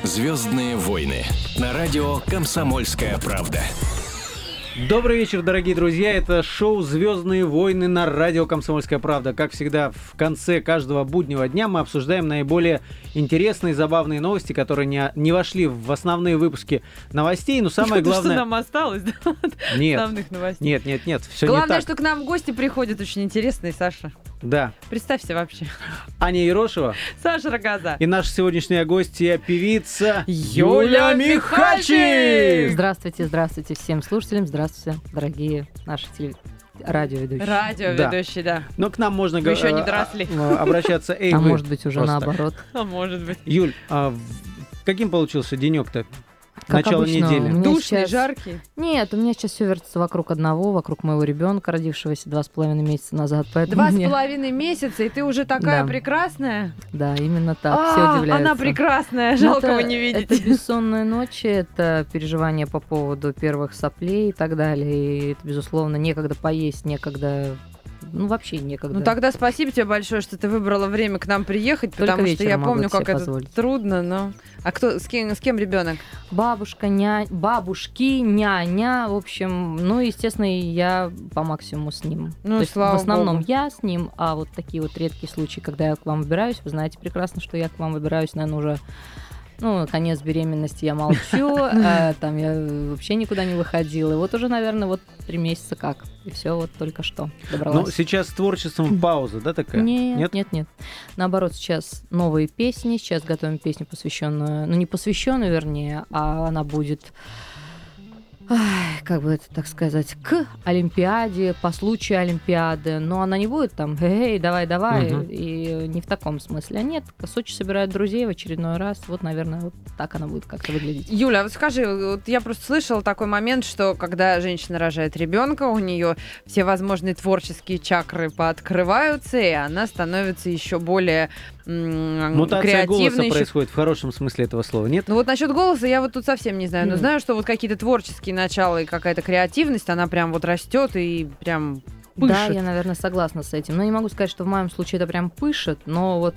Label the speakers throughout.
Speaker 1: «Звездные войны» на радио «Комсомольская правда».
Speaker 2: Добрый вечер, дорогие друзья. Это шоу «Звездные войны» на радио «Комсомольская правда». Как всегда, в конце каждого буднего дня мы обсуждаем наиболее интересные, забавные новости, которые не вошли в основные выпуски новостей. Но самое главное...
Speaker 3: Что нам осталось, да?
Speaker 2: Нет,
Speaker 3: основных новостей.
Speaker 2: нет, все
Speaker 3: Главное,
Speaker 2: не так.
Speaker 3: что к нам в гости приходят очень интересные, Саша.
Speaker 2: Да.
Speaker 3: Представься вообще.
Speaker 2: Аня Ерошева.
Speaker 3: Саша Рогоза.
Speaker 2: И наша сегодняшняя гостья, певица
Speaker 3: Юля Михальчик!
Speaker 4: Здравствуйте всем слушателям. Здравствуйте, дорогие наши радиоведущие.
Speaker 3: Радиоведущие, да.
Speaker 2: Но к нам можно
Speaker 3: Вы еще не доросли.
Speaker 2: обращаться. Эй,
Speaker 4: А
Speaker 2: вы.
Speaker 4: может быть, уже
Speaker 2: Просто.
Speaker 4: наоборот.
Speaker 3: А может быть.
Speaker 2: Юль, каким получился денек-то?
Speaker 4: Как
Speaker 2: Начало
Speaker 4: обычно,
Speaker 2: недели.
Speaker 4: у меня
Speaker 3: Душный,
Speaker 4: сейчас-
Speaker 3: жаркий.
Speaker 4: Нет, у меня сейчас все вертится вокруг моего ребенка, родившегося 2,5 месяца назад. Поэтому
Speaker 3: 2,5 месяца, и ты уже такая
Speaker 4: Да.
Speaker 3: прекрасная.
Speaker 4: Да, именно так. Все удивляются.
Speaker 3: Она прекрасная,
Speaker 4: Ну,
Speaker 3: жалко
Speaker 4: это-
Speaker 3: вы не видите.
Speaker 4: Это бессонные ночи, это переживания по поводу первых соплей и так далее. И это, безусловно, некогда поесть, некогда... Ну, вообще некогда.
Speaker 3: Ну тогда спасибо тебе большое, что ты выбрала время к нам приехать,
Speaker 4: Только
Speaker 3: потому что я
Speaker 4: вечером
Speaker 3: помню,
Speaker 4: могут
Speaker 3: как
Speaker 4: себе
Speaker 3: это
Speaker 4: позволить.
Speaker 3: трудно, но... А кто, с кем ребенок?
Speaker 4: Бабушки, няня, в общем, ну, естественно, и я по максимуму с ним.
Speaker 3: Ну,
Speaker 4: То есть
Speaker 3: слава
Speaker 4: в основном
Speaker 3: богу.
Speaker 4: я с ним, а вот такие вот редкие случаи, когда я к вам выбираюсь, вы знаете прекрасно, что я к вам выбираюсь, наверное, уже, конец беременности я молчу, там я вообще никуда не выходила. И вот уже, наверное, 3 месяца как. И все вот только что добралась.
Speaker 2: Ну, сейчас с творчеством пауза, да, такая?
Speaker 4: Нет. Наоборот, сейчас новые песни. Сейчас готовим песню, посвященную, не посвященную, вернее, а она будет, как бы это так сказать, к Олимпиаде, по случаю Олимпиады. Но она не будет там, эй, давай,
Speaker 2: Мгм.
Speaker 4: и не в таком смысле. А нет, Сочи собирает друзей в очередной раз. Вот, наверное, вот так она будет как-то выглядеть.
Speaker 3: Юля, а вот скажи, вот я просто слышала такой момент, что когда женщина рожает ребенка, у нее все возможные творческие чакры пооткрываются, и она становится еще более
Speaker 2: Мутация голоса
Speaker 3: креативной.
Speaker 2: происходит в хорошем смысле этого слова, нет?
Speaker 3: Ну вот насчет голоса я вот тут совсем не знаю, но знаю, что вот какие-то творческие начала и какая-то креативность, она прям вот растет и прям
Speaker 4: Да,
Speaker 3: пышет.
Speaker 4: я, наверное, согласна с этим. Но не могу сказать, что в моем случае это прям пышет, но вот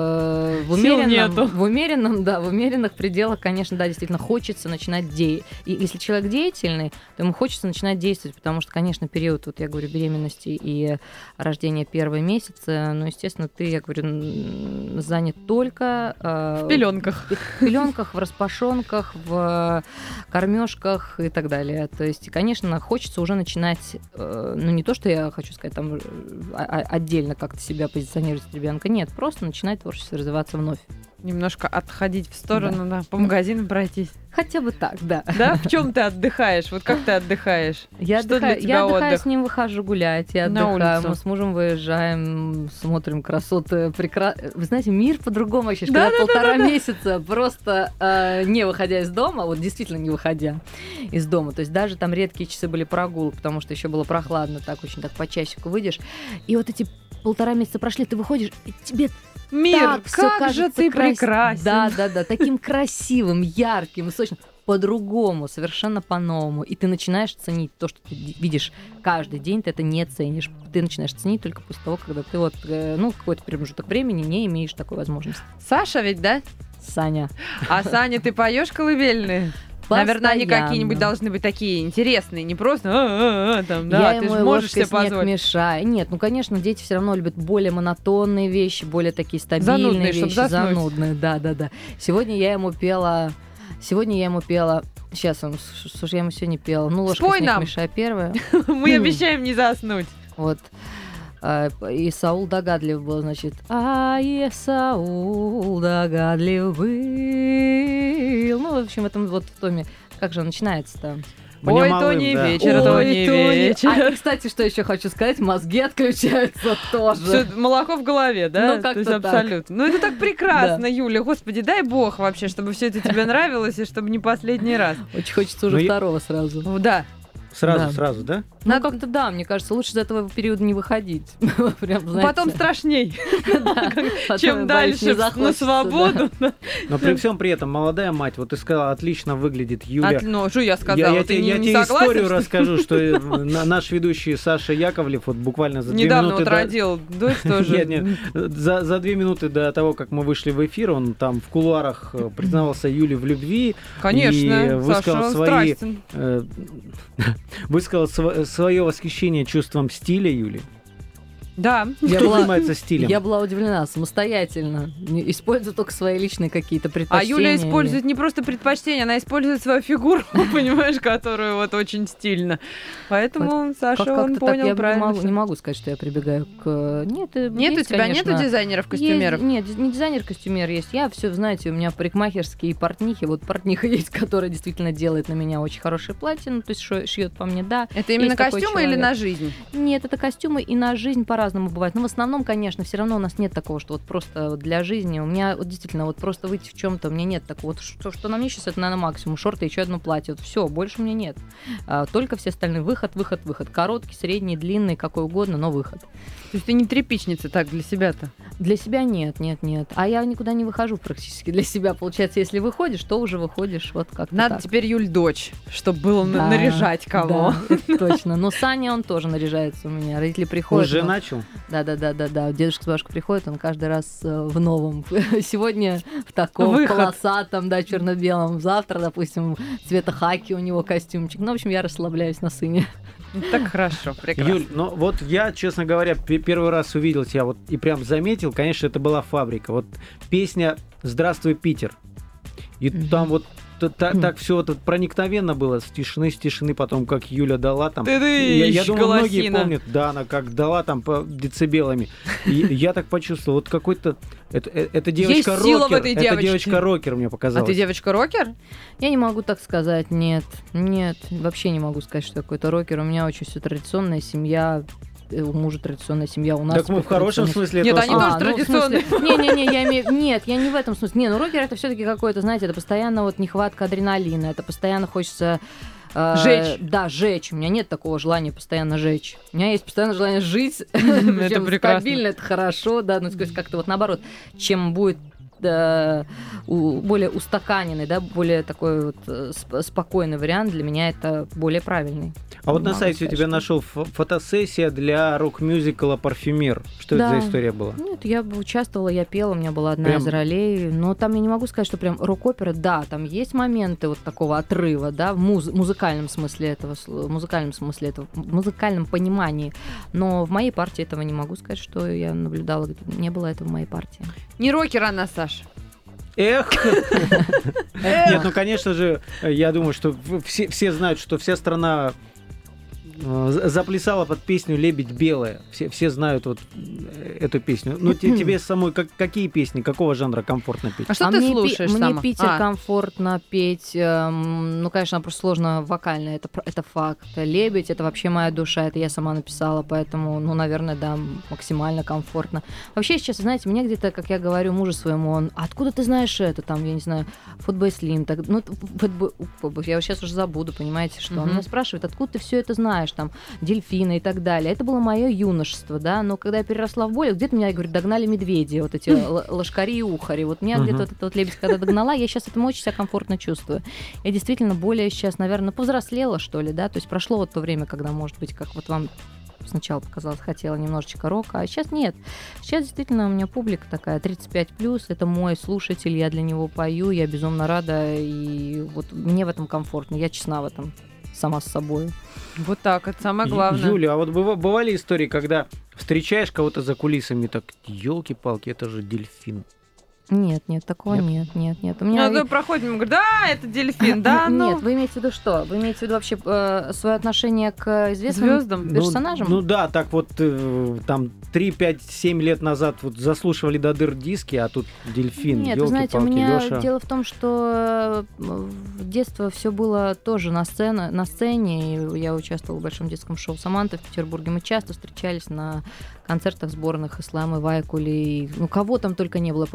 Speaker 4: в
Speaker 3: Сил нету.
Speaker 4: умеренных пределах, конечно, да, действительно хочется начинать действовать. И если человек деятельный, то ему хочется начинать действовать, потому что, конечно, период, вот я говорю, беременности и рождения первого месяца, естественно, ты, я говорю, занят только
Speaker 3: В пеленках.
Speaker 4: в пеленках, в распашонках, в кормежках и так далее. То есть, конечно, хочется уже начинать, не то, что я хочу сказать, там отдельно как-то себя позиционировать от ребенка. Нет, просто начинать творчество развиваться вновь.
Speaker 3: Немножко отходить в сторону, да, по магазинам пройтись.
Speaker 4: Хотя бы так, да.
Speaker 3: Да? В чем ты отдыхаешь? Вот как ты отдыхаешь?
Speaker 4: Я
Speaker 3: Что для
Speaker 4: отдыхаю,
Speaker 3: тебя
Speaker 4: с ним выхожу гулять, я
Speaker 3: На
Speaker 4: отдыхаю,
Speaker 3: улицу.
Speaker 4: мы с мужем выезжаем, смотрим красоты. Вы знаете, мир по-другому вообще.
Speaker 3: Да,
Speaker 4: Когда полтора месяца просто не выходя из дома, вот действительно не выходя из дома, то есть даже там редкие часы были прогулок, потому что еще было прохладно, так очень так по часику выйдешь. И вот эти 1,5 месяца прошли, ты выходишь, и тебе
Speaker 3: Мир,
Speaker 4: так всё
Speaker 3: как же
Speaker 4: кажется
Speaker 3: ты прекрасен.
Speaker 4: Да, таким красивым, ярким и сочным. По-другому, совершенно по-новому. И ты начинаешь ценить то, что ты видишь каждый день, ты это не ценишь. Ты начинаешь ценить только после того, когда ты какой-то промежуток времени не имеешь такой возможности.
Speaker 3: Саша ведь, да?
Speaker 4: Саня.
Speaker 3: А Саня, ты поешь колыбельные? Наверное, они
Speaker 4: Постоянно.
Speaker 3: какие-нибудь должны быть такие интересные, не просто там,
Speaker 4: Я
Speaker 3: да, ты
Speaker 4: ему
Speaker 3: же
Speaker 4: и
Speaker 3: можешь
Speaker 4: ложкой
Speaker 3: себе
Speaker 4: снег
Speaker 3: позволить.
Speaker 4: мешаю. Нет, конечно, дети все равно любят более монотонные вещи, более такие стабильные
Speaker 3: Занудные, чтоб
Speaker 4: вещи,
Speaker 3: заснуть.
Speaker 4: занудные. Да. Сегодня я ему пела. Сейчас что же я ему сегодня пела? Ложкой
Speaker 3: Спой
Speaker 4: снег
Speaker 3: нам.
Speaker 4: мешаю первое.
Speaker 3: Мы обещаем не заснуть.
Speaker 4: Вот. И Саул догадлив был, значит. Саул догадлив был. В общем, в этом вот в томе. Как же он начинается-то?
Speaker 2: Мне
Speaker 3: Ой,
Speaker 2: малым,
Speaker 3: то не
Speaker 2: да.
Speaker 3: вечер, то не вечер.
Speaker 4: И, кстати, что еще хочу сказать, мозги отключаются тоже.
Speaker 3: Всё, молоко в голове, да?
Speaker 4: Ну, как-то
Speaker 3: То есть
Speaker 4: так.
Speaker 3: абсолютно. Ну, это так прекрасно, Юля. Господи, дай бог вообще, чтобы все это тебе нравилось, и чтобы не последний раз.
Speaker 4: Очень хочется уже
Speaker 2: Ну,
Speaker 4: второго сразу.
Speaker 3: Да.
Speaker 2: Сразу,
Speaker 4: Да.
Speaker 2: да?
Speaker 4: Ну,
Speaker 3: Надо-
Speaker 4: как-то да, мне кажется, лучше из этого периода не выходить. Прям, знаете,
Speaker 3: Потом страшней,
Speaker 4: да, потом,
Speaker 3: чем
Speaker 4: боюсь, не
Speaker 3: дальше на
Speaker 4: захочется,
Speaker 3: свободу.
Speaker 2: Но при всем при этом молодая мать, вот ты сказала, отлично выглядит Юля.
Speaker 3: Ну, что я сказала?
Speaker 2: Я
Speaker 3: Ты
Speaker 2: тебе
Speaker 3: не
Speaker 2: историю
Speaker 3: согласен?
Speaker 2: расскажу, что наш ведущий Саша Яковлев вот буквально за 2
Speaker 3: Недавно
Speaker 2: минуты
Speaker 3: вот родил дочь тоже.
Speaker 2: Нет, за 2 минуты до того, как мы вышли в эфир, он там в кулуарах признавался Юле в любви. И
Speaker 3: Конечно,
Speaker 2: высказал
Speaker 3: Саша
Speaker 2: свои,
Speaker 3: страстен.
Speaker 2: высказал свое восхищение чувством стиля Юли.
Speaker 3: Да.
Speaker 2: Кто занимается стилем?
Speaker 4: Я была удивлена, самостоятельно. Использую только свои личные какие-то
Speaker 3: А
Speaker 4: предпочтения.
Speaker 3: Юля использует не просто предпочтения, она использует свою фигуру, понимаешь, которую вот очень стильно. Поэтому Саша, он
Speaker 4: Как-то так
Speaker 3: понял
Speaker 4: я
Speaker 3: правильно.
Speaker 4: не могу сказать, что я прибегаю к... Нет,
Speaker 3: Нет, у
Speaker 4: есть,
Speaker 3: тебя
Speaker 4: конечно.
Speaker 3: нету дизайнеров-костюмеров?
Speaker 4: Нет, не дизайнер-костюмер есть. Я все, знаете, у меня парикмахерские портнихи. Вот портниха есть, которая действительно делает на меня очень хорошие платья. Ну, то есть шьет по мне, да.
Speaker 3: Это именно
Speaker 4: Есть такой
Speaker 3: костюмы или
Speaker 4: человек.
Speaker 3: на жизнь?
Speaker 4: Нет, это костюмы и на жизнь по-разному бывает. Но в основном, конечно, все равно у нас нет такого, что вот просто вот для жизни. У меня вот действительно вот просто выйти в чем-то, у меня нет такого. Вот что на мне сейчас, это, наверное, максимум. Шорты и еще одно платье. Вот все, больше у меня нет. Только все остальные выход. Короткий, средний, длинный, какой угодно, но выход.
Speaker 3: То есть ты не тряпичница так для себя-то?
Speaker 4: Для себя нет. А я никуда не выхожу практически для себя. Получается, если выходишь, то уже выходишь вот как-то
Speaker 3: Надо
Speaker 4: так.
Speaker 3: теперь Юль дочь, чтобы было
Speaker 4: Да,
Speaker 3: наряжать кого.
Speaker 4: Да, это точно. Но Саня, он тоже наряжается у меня. Родители приходят.
Speaker 2: Уже
Speaker 4: но-
Speaker 2: начал?
Speaker 4: Да. Дедушка с бабушкой приходят, он каждый раз в новом. Сегодня в таком
Speaker 3: Выход.
Speaker 4: полосатом, да, черно-белом. Завтра, допустим, цвета хаки у него костюмчик. Ну, в общем, я расслабляюсь на сыне.
Speaker 3: Так хорошо, прекрасно.
Speaker 2: Юль, ну вот я, честно говоря, первый раз увидел тебя вот и прям заметил, конечно, это была фабрика. Вот песня «Здравствуй, Питер». И там вот так все вот проникновенно было, с тишины, потом как Юля дала там. Я думаю, многие помнят, да, она как дала там по децибелами. И я так почувствовал, вот какой-то... Это девочка-рокер.
Speaker 3: сила в этой
Speaker 2: Это
Speaker 3: девочке.
Speaker 2: девочка-рокер, мне
Speaker 3: А
Speaker 2: показалось.
Speaker 3: ты девочка-рокер?
Speaker 4: Я не могу так сказать, нет, вообще не могу сказать, что я какой-то рокер. У меня очень все традиционная семья, у мужа традиционная семья, у нас...
Speaker 2: Так мы в хорошем смысле
Speaker 3: Нет,
Speaker 2: этого
Speaker 3: они
Speaker 2: слова.
Speaker 3: тоже традиционные.
Speaker 4: Не, я имею... Нет, я не в этом смысле. Не, ну рокер это все-таки какой-то, знаете, это постоянно вот нехватка адреналина, это постоянно хочется...
Speaker 3: Жечь.
Speaker 4: Да, жечь. У меня нет такого желания постоянно жечь. У меня есть постоянное желание жить.
Speaker 3: Это
Speaker 4: Причём
Speaker 3: прекрасно.
Speaker 4: стабильно, это хорошо, да, ну, то есть как-то вот наоборот, чем будет более устаканенный, да, более такой вот спокойный вариант, для меня это более правильный.
Speaker 2: А вот
Speaker 4: Не
Speaker 2: на
Speaker 4: могу
Speaker 2: сайте у
Speaker 4: сказать,
Speaker 2: тебя
Speaker 4: что-
Speaker 2: нашел фотосессия для рок-мюзикла «Парфюмер». Что это
Speaker 4: Да.
Speaker 2: за история была?
Speaker 4: Нет, я бы участвовала, я пела, у меня была одна
Speaker 2: Прям-
Speaker 4: из ролей, но там я не могу сказать, что прям рок-опера, да, там есть моменты вот такого отрыва, да, в музыкальном смысле этого, в музыкальном понимании, но в моей партии этого не могу сказать, что я наблюдала, не было этого в моей партии.
Speaker 3: Не рокер она, Саша.
Speaker 2: Эх! Нет, ну, конечно же, я думаю, что все знают, что вся страна заплясала под песню «Лебедь белая». Все знают вот эту песню. Ну, тебе самой какие песни, какого жанра комфортно петь?
Speaker 3: А что ты
Speaker 4: мне
Speaker 3: слушаешь
Speaker 4: мне
Speaker 3: сама?
Speaker 4: Питер комфортно петь. Ну, конечно, просто сложно вокально, это факт. «Лебедь» — это вообще моя душа, это я сама написала, поэтому, ну, наверное, да, максимально комфортно. Вообще, сейчас, знаете, мне где-то, как я говорю мужу своему, он: откуда ты знаешь это, там, я не знаю, Fatboy Slim, так, ну, я сейчас уже забуду, понимаете, что. Он меня спрашивает, откуда ты все это знаешь, там, дельфины и так далее. Это было мое юношество, да, но когда я переросла в более, где-то меня, я говорю, догнали медведи, вот эти лошкари и ухари. Вот меня где-то вот эта вот лебедь, когда догнала, я сейчас этому очень себя комфортно чувствую. Я действительно более сейчас, наверное, повзрослела, что ли, да, то есть прошло вот то время, когда, может быть, как вот вам сначала показалось, хотела немножечко рока, а сейчас нет. Сейчас действительно у меня публика такая 35+, это мой слушатель, я для него пою, я безумно рада, и вот мне в этом комфортно, я честна в этом сама с собой.
Speaker 3: Вот так, это самое главное.
Speaker 2: Юля, а вот бывали истории, когда встречаешь кого-то за кулисами, так, елки-палки, это же дельфин.
Speaker 4: Нет, такого нет. У меня...
Speaker 3: Ну, проходим, говорю, да, это дельфин, да, ну.
Speaker 4: Нет, вы имеете в виду что? Вы имеете в виду вообще свое отношение к известным
Speaker 3: Звездам?
Speaker 4: персонажам?
Speaker 2: Ну да, так вот там 3, 5, 7 лет назад вот заслушивали до дыр диски, а тут дельфин,
Speaker 4: Нет, вы знаете, у
Speaker 2: ёлки-палки,
Speaker 4: меня
Speaker 2: Лёша.
Speaker 4: дело в том, что в детство все было тоже на сцене. И я участвовала в большом детском шоу «Саманта» в Петербурге. Мы часто встречались на концертах сборных Ислама, Вайкули. Ну, кого там только не было. Я помню,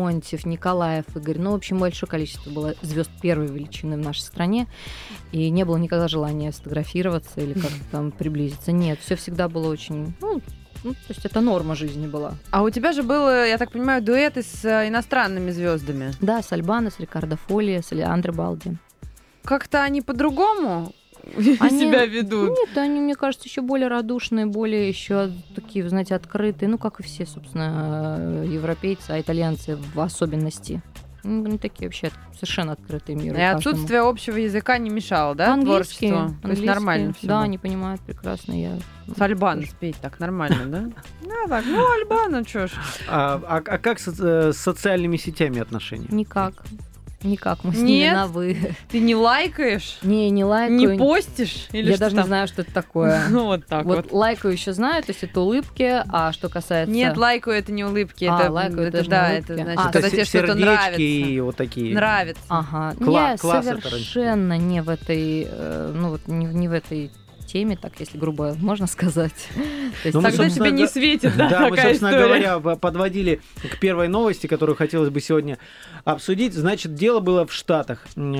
Speaker 4: Леонтьев, Николаев Игорь. Ну, в общем, большое количество было звезд первой величины в нашей стране. И не было никогда желания сфотографироваться или как-то там приблизиться. Нет, все всегда было очень... то есть это норма жизни была.
Speaker 3: А у тебя же был, я так понимаю, дуэты с иностранными звездами.
Speaker 4: Да, с Альбано, с Рикардо Фолли, с Алеандро Балди.
Speaker 3: Как-то они по-другому
Speaker 4: Они,
Speaker 3: себя ведут?
Speaker 4: Нет, они, мне кажется, еще более радушные, более еще такие, вы знаете, открытые. Ну, как и все, собственно, европейцы, а итальянцы в особенности. Ну, они такие вообще совершенно открытые миру.
Speaker 3: И отсутствие общего языка не мешало, да,
Speaker 4: английский,
Speaker 3: творчеству? То есть нормально все.
Speaker 4: Да, они понимают прекрасно. Я
Speaker 3: с Альбано спеть так нормально, да? Ну, так, Альбано, чё ж.
Speaker 2: А как с социальными сетями отношения?
Speaker 4: Никак, мы с ними на «вы».
Speaker 3: Ты не лайкаешь?
Speaker 4: Не лайкаю.
Speaker 3: Не постишь? Или
Speaker 4: я даже не знаю, что это такое.
Speaker 3: Ну, вот так вот.
Speaker 4: Вот лайкаю еще знаю, то есть это улыбки, а что касается...
Speaker 3: Нет, лайкаю это не улыбки.
Speaker 4: Лайкаю это
Speaker 3: да,
Speaker 4: не улыбки.
Speaker 3: это значит, когда тебе что-то
Speaker 2: сердечки
Speaker 3: нравится.
Speaker 2: и вот такие.
Speaker 3: Нравится.
Speaker 4: Ага.
Speaker 2: Класс
Speaker 4: Я
Speaker 2: это
Speaker 4: совершенно не в этой, не в этой теме, так, если грубо можно сказать. То есть,
Speaker 2: Ну, мы,
Speaker 3: тогда тебе не светит, да,
Speaker 2: Да, мы,
Speaker 3: такая
Speaker 2: собственно
Speaker 3: история.
Speaker 2: говоря, подводили к первой новости, которую хотелось бы сегодня обсудить. Значит, дело было в Штатах.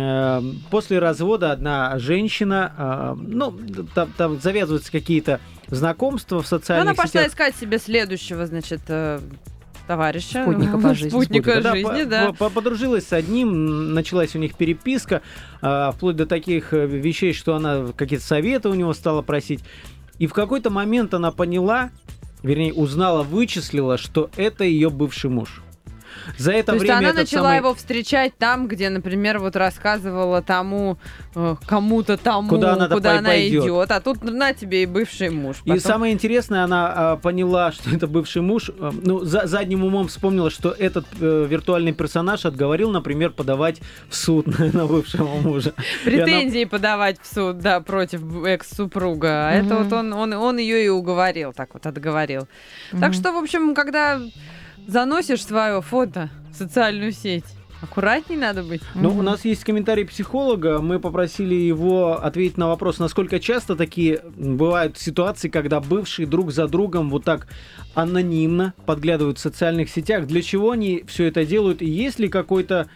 Speaker 2: После развода одна женщина, там завязываются какие-то знакомства в социальных
Speaker 3: Она пошла
Speaker 2: сетях.
Speaker 3: искать себе следующего, значит, товарища.
Speaker 4: Спутника по жизни.
Speaker 3: Спутника жизни, да.
Speaker 2: Подружилась с одним, началась у них переписка, вплоть до таких вещей, что она какие-то советы у него стала просить. И в какой-то момент она поняла, вернее, узнала, вычислила, что это ее бывший муж. За это
Speaker 3: То есть
Speaker 2: время
Speaker 3: она
Speaker 2: этот
Speaker 3: начала
Speaker 2: самый...
Speaker 3: его встречать там, где, например, вот рассказывала тому, кому-то тому,
Speaker 2: Куда она пойдет.
Speaker 3: идет. А тут на тебе и бывший муж.
Speaker 2: И самое интересное, она поняла, что это бывший муж. Задним умом вспомнила, что этот виртуальный персонаж отговорил, например, подавать в суд на бывшего мужа.
Speaker 3: Претензии подавать в суд, да, против экс-супруга. А это вот он ее и уговорил, так вот отговорил. Так что, в общем, когда заносишь свое фото в социальную сеть, аккуратней надо быть.
Speaker 2: Ну, у нас есть комментарий психолога. Мы попросили его ответить на вопрос, насколько часто такие бывают ситуации, когда бывшие друг за другом вот так анонимно подглядывают в социальных сетях. Для чего они все это делают? И есть ли какой-то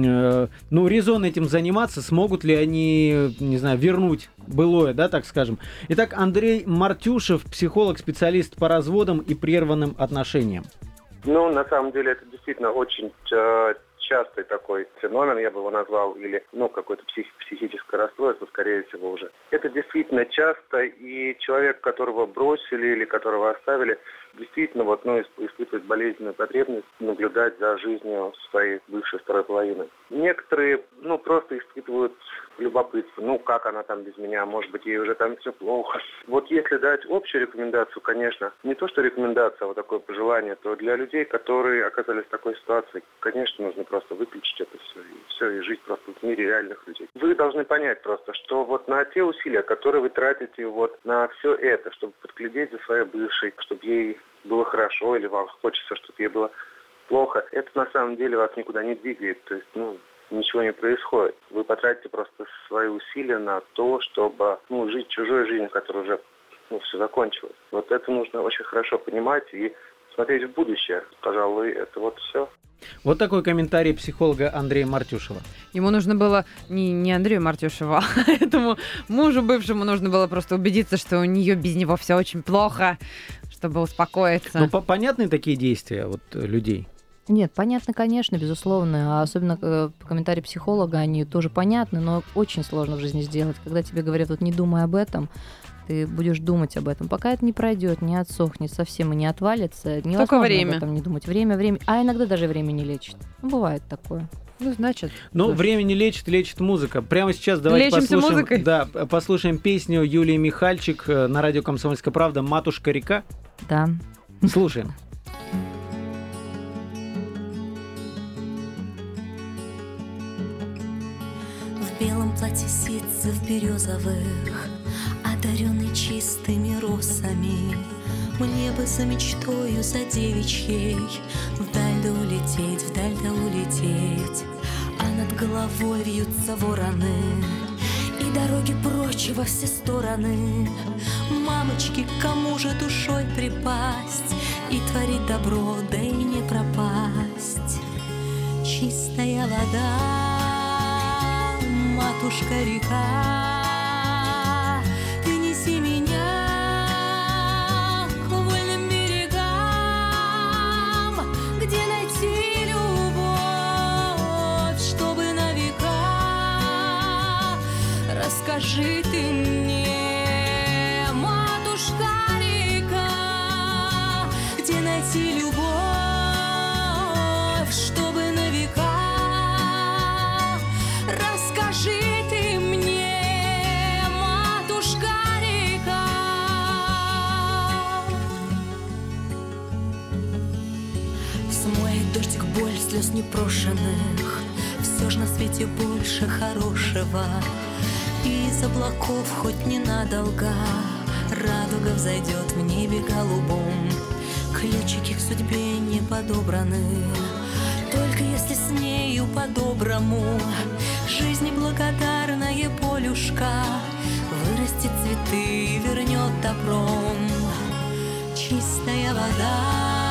Speaker 2: резон этим заниматься? Смогут ли они, не знаю, вернуть былое, да, так скажем? Итак, Андрей Мартюшев, психолог, специалист по разводам и прерванным отношениям.
Speaker 5: Ну, на самом деле, это действительно очень частый такой феномен, я бы его назвал, или, какое-то психическое расстройство, скорее всего, уже. Это действительно часто, и человек, которого бросили или которого оставили, действительно, испытывает болезненную потребность наблюдать за жизнью своей бывшей второй половины. Некоторые, просто испытывают любопытство. Как она там без меня? Может быть, ей уже там все плохо. Вот если дать общую рекомендацию, конечно, не то что рекомендация, а вот такое пожелание, то для людей, которые оказались в такой ситуации, конечно, нужно просто выключить это все и жить просто в мире реальных людей. Вы должны понять просто, что вот на те усилия, которые вы тратите вот на все это, чтобы подглядеть за своей бывшей, чтобы ей было хорошо или вам хочется, чтобы ей было плохо, это на самом деле вас никуда не двигает. То есть, ничего не происходит. Вы потратите просто свои усилия на то, чтобы жить чужой жизнью, которая уже все закончилась. Вот это нужно очень хорошо понимать и смотреть в будущее. Пожалуй, это вот все.
Speaker 2: Вот такой комментарий психолога Андрея Мартюшева.
Speaker 3: Ему нужно было не Андрею Мартюшеву, а этому мужу бывшему нужно было просто убедиться, что у нее без него все очень плохо, чтобы успокоиться.
Speaker 2: Понятны такие действия людей?
Speaker 4: Нет, понятно, конечно, безусловно. А особенно по комментарии психолога, они тоже понятны, но очень сложно в жизни сделать. Когда тебе говорят, не думай об этом, ты будешь думать об этом. Пока это не пройдет, не отсохнет совсем и не отвалится, невозможно
Speaker 3: только время.
Speaker 4: Об этом не думать. Время. А иногда даже время не лечит. Бывает такое.
Speaker 3: Значит.
Speaker 2: Время не лечит, лечит музыка. Прямо сейчас давайте послушаем.
Speaker 3: Музыкой?
Speaker 2: Да, послушаем песню Юлии Михальчик на радио «Комсомольская правда» «Матушка река».
Speaker 4: Да.
Speaker 2: Слушаем.
Speaker 6: В белом платье ситцев березовых, одаренный чистыми росами, мне бы за мечтою, за девичьей вдаль да улететь, а над головой вьются вороны, и дороги прочь во все стороны. Мамочки, кому же душой припасть и творить добро, да и не пропасть? Чистая вода, матушка река, ты неси меня к вольным берегам, где найти любовь, чтобы на века. Расскажи ты мне, матушка река, где найти любовь, чтобы на века. Расскажи ты мне, матушка река. Смоет дождик боль слез непрошенных, все ж на свете больше хорошего. Из облаков хоть ненадолго радуга взойдет в небе голубом. Ключики к судьбе не подобраны, только если с нею по-доброму. Жизни благодарное полюшка вырастет цветы и вернет добром. Чистая вода,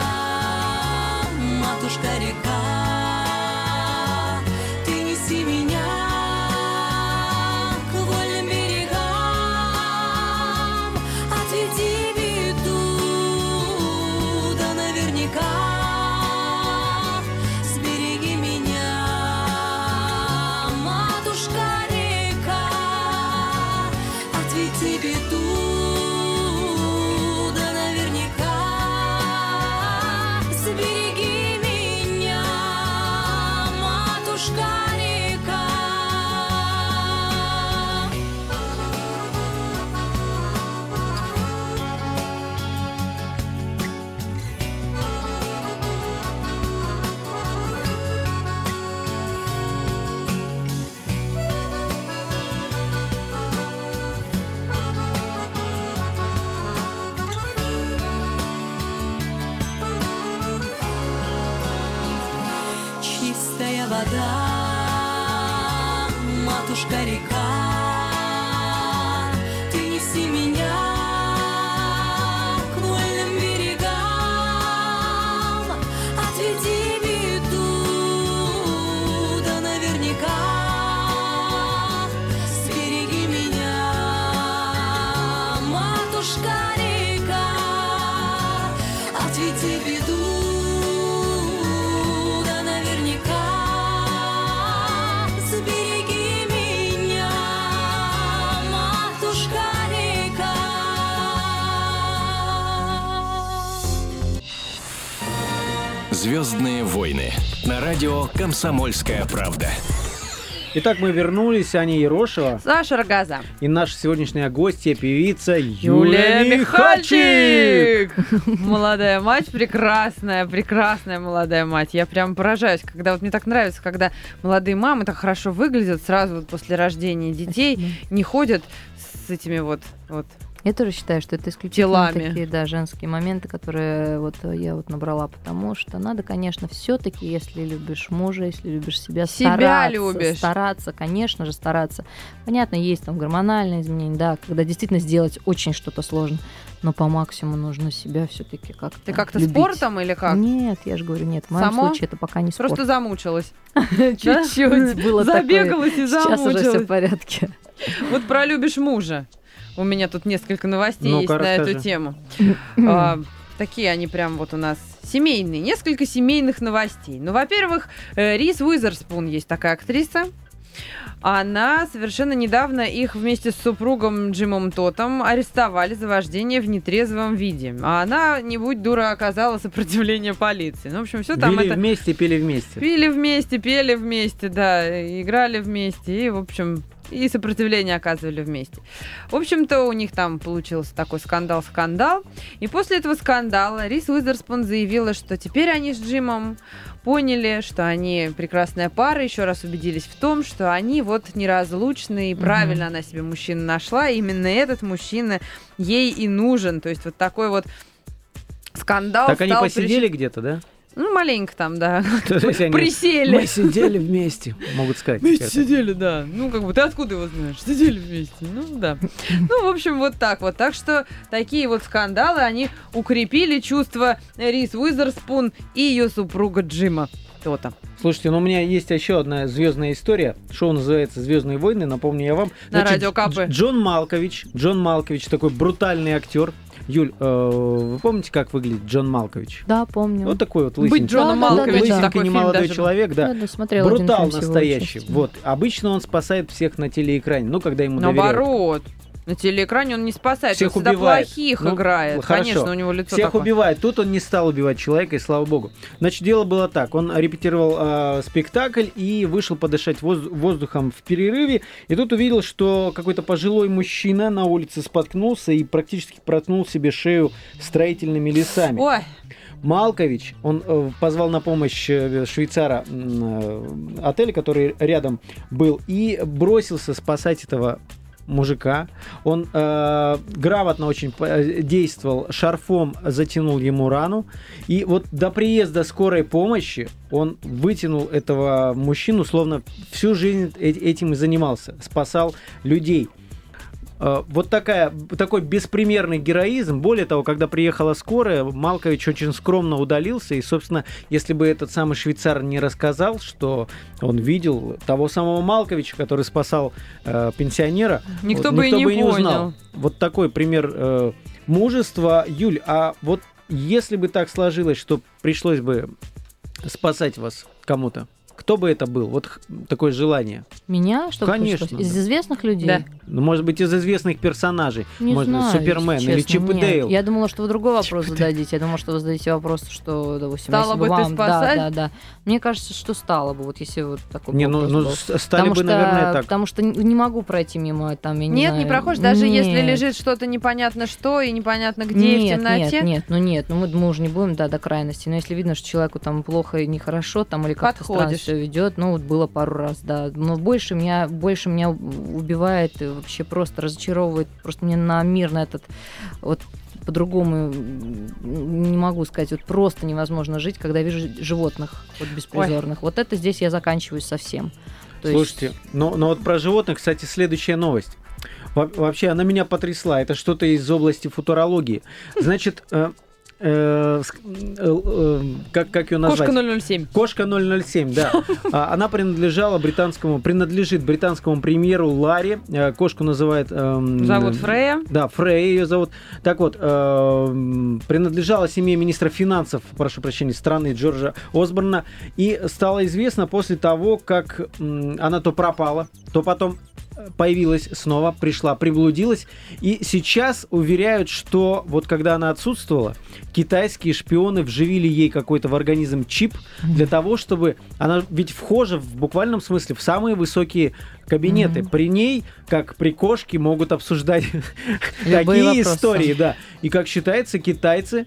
Speaker 6: матушка река, ты неси меня к вольным берегам, отведи беду, да наверняка сбереги меня, матушка река, отведи беду, да наверняка сбереги меня, матушка река. Чистая вода, матушка река, ты неси меня к вольным берегам, отведи беду, да наверняка сбереги меня, матушка река, отведи беду, да наверняка сбереги меня, матушка река.
Speaker 1: «Звездные войны» на радио «Комсомольская правда».
Speaker 2: Итак, мы вернулись. Аня Ерошева
Speaker 3: Саша Рогоза.
Speaker 2: и наша сегодняшняя гостья, певица
Speaker 3: Юлия
Speaker 2: Юлия Михальчик.
Speaker 3: Молодая мать, прекрасная молодая мать. Я прям поражаюсь, когда вот мне так нравится, когда молодые мамы так хорошо выглядят сразу вот после рождения детей, не ходят с этими вот
Speaker 4: Я тоже считаю, что это исключительно
Speaker 3: телами.
Speaker 4: такие, да, женские моменты, которые вот я вот набрала, потому что надо, конечно, все-таки, если любишь мужа, если любишь себя,
Speaker 3: Любишь.
Speaker 4: стараться, конечно же, стараться. Понятно, есть там гормональные изменения, да, когда действительно сделать очень что-то сложно, но по максимуму нужно себя все-таки как-то
Speaker 3: Ты как-то
Speaker 4: любить.
Speaker 3: спортом или как?
Speaker 4: Нет, я же говорю, нет, в моем
Speaker 3: Само?
Speaker 4: случае это пока не спорт.
Speaker 3: Просто замучилась.
Speaker 4: Чуть-чуть было такое.
Speaker 3: Забегалась и
Speaker 4: Сейчас уже все
Speaker 3: замучилась.
Speaker 4: в порядке.
Speaker 3: Вот про любишь мужа. У меня тут несколько новостей
Speaker 2: Ну-ка,
Speaker 3: есть на эту
Speaker 2: расскажи.
Speaker 3: тему. Такие они прям вот у нас семейные. Несколько семейных новостей. Ну, во-первых, Риз Уизерспун есть такая актриса. Она совершенно недавно их вместе с супругом Джимом Тотом арестовали за вождение в нетрезвом виде. А она, не будь дура, оказала сопротивление полиции. Ну, в общем, все там
Speaker 2: Били
Speaker 3: это...
Speaker 2: вместе, пели вместе.
Speaker 3: Пили вместе, пели вместе, да, играли вместе, и, в общем, и сопротивление оказывали вместе. В общем-то, у них там получился такой скандал. И после этого скандала Риз Уизерспун заявила, что теперь они с Джимом поняли, что они прекрасная пара, еще раз убедились в том, что они вот неразлучны, и правильно она себе мужчину нашла, и именно этот мужчина ей и нужен. То есть вот такой вот скандал.
Speaker 2: Так они посидели где-то, да?
Speaker 3: Ну, маленько там, да.
Speaker 2: То есть они,
Speaker 3: Присели.
Speaker 2: Мы сидели вместе, могут сказать.
Speaker 3: Вместе
Speaker 2: это.
Speaker 3: сидели, да. Ну, как бы, ты откуда его знаешь? Сидели вместе. Ну, да. Ну, в общем, вот так вот. Так что такие вот скандалы, они укрепили чувства Риз Уизерспун и ее супруга Джима кто-то.
Speaker 2: Слушайте, у меня есть еще одна звездная история. Шоу называется «Звездные войны», напомню я вам.
Speaker 3: На радио КП.
Speaker 2: Джон Малкович, такой брутальный актер. Юль, вы помните, как выглядит Джон Малкович?
Speaker 4: Да, помню.
Speaker 2: Вот такой вот лысенький.
Speaker 3: Быть Джоном Малковичем,
Speaker 2: лысенький,
Speaker 3: такой фильм
Speaker 2: немолодой
Speaker 3: даже
Speaker 2: человек, да.
Speaker 4: Да, смотрела
Speaker 2: Брутал
Speaker 4: один фильм с его
Speaker 2: настоящий.
Speaker 4: участием.
Speaker 2: Вот. Обычно он спасает всех на телеэкране, когда ему доверяют.
Speaker 3: Наоборот. На телеэкране он не спасает,
Speaker 2: Всех
Speaker 3: он всегда
Speaker 2: убивает.
Speaker 3: плохих
Speaker 2: Ну,
Speaker 3: играет.
Speaker 2: хорошо.
Speaker 3: Конечно, у него лицо
Speaker 2: Всех
Speaker 3: такое.
Speaker 2: убивает. Тут он не стал убивать человека, и слава богу. Значит, дело было так. Он репетировал спектакль и вышел подышать воздухом в перерыве. И тут увидел, что какой-то пожилой мужчина на улице споткнулся и практически проткнул себе шею строительными лесами.
Speaker 3: Ой,
Speaker 2: Малкович, он позвал на помощь швейцара отеля, который рядом был, и бросился спасать этого мужика. Он грамотно очень действовал, шарфом затянул ему рану. И вот до приезда скорой помощи он вытянул этого мужчину, словно всю жизнь этим и занимался, спасал людей. Вот такой беспримерный героизм. Более того, когда приехала скорая, Малкович очень скромно удалился. И, собственно, если бы этот самый швейцар не рассказал, что он видел того самого Малковича, который спасал пенсионера,
Speaker 3: никто бы и не
Speaker 2: узнал.
Speaker 3: понял.
Speaker 2: Вот такой пример мужества. Юль, а вот если бы так сложилось, что пришлось бы спасать вас кому-то, кто бы это был? Вот такое желание.
Speaker 4: Меня? Что
Speaker 2: Конечно,
Speaker 4: пришлось? Из
Speaker 2: да.
Speaker 4: известных людей?
Speaker 3: Да.
Speaker 2: Ну, может быть, из известных персонажей.
Speaker 4: Не
Speaker 2: Может быть,
Speaker 4: знаю,
Speaker 2: Супермен
Speaker 4: если
Speaker 2: или
Speaker 4: честно,
Speaker 2: Чип и
Speaker 4: нет.
Speaker 2: Дейл.
Speaker 4: Я думала, что вы другой вопрос зададите. Я думала, что вы зададите вопрос, что, допустим,
Speaker 3: Стала
Speaker 4: если
Speaker 3: бы ты
Speaker 4: вам...
Speaker 3: спасать?
Speaker 4: Да. Мне кажется, что стало бы, вот если вот такой
Speaker 2: Не,
Speaker 4: вопрос
Speaker 2: ну
Speaker 4: был.
Speaker 2: стали
Speaker 4: Потому
Speaker 2: бы,
Speaker 4: что,
Speaker 2: наверное, так.
Speaker 4: Потому что не могу пройти мимо, там, я не
Speaker 3: Нет,
Speaker 4: знаю.
Speaker 3: не проходишь, даже если
Speaker 4: Нет.
Speaker 3: лежит что-то непонятно что и непонятно где, и в темноте.
Speaker 4: Нет, мы уже не будем, до крайности. Но если видно, что человеку там плохо и нехорошо, там, или как-то странно
Speaker 3: Подходишь.
Speaker 4: себя ведет, ну, вот было пару раз, да. Но больше меня убивает и вообще просто разочаровывает, просто мне на мир, на этот, вот, по-другому не могу сказать, вот просто невозможно жить, когда вижу животных вот беспризорных. Вот это здесь я заканчиваюсь совсем. То
Speaker 2: Слушайте,
Speaker 4: есть...
Speaker 2: но вот про животных, кстати, следующая новость. Вообще, она меня потрясла. Это что-то из области футурологии. Значит, как ее назвать?
Speaker 3: Кошка 007.
Speaker 2: Кошка 007, да. Она принадлежит британскому премьеру Ларри. Кошку называют...
Speaker 3: Зовут Фрея.
Speaker 2: Да, Фрея ее зовут. Так вот, принадлежала семье министра финансов, прошу прощения, страны Джорджа Осборна. И стало известно после того, как она то пропала, то потом появилась снова, пришла, приблудилась. И сейчас уверяют, что вот когда она отсутствовала, китайские шпионы вживили ей какой-то в организм чип для того, чтобы... Она ведь вхожа в буквальном смысле в самые высокие кабинеты. При ней, как при кошке, могут обсуждать такие истории. Да. И, как считается, китайцы...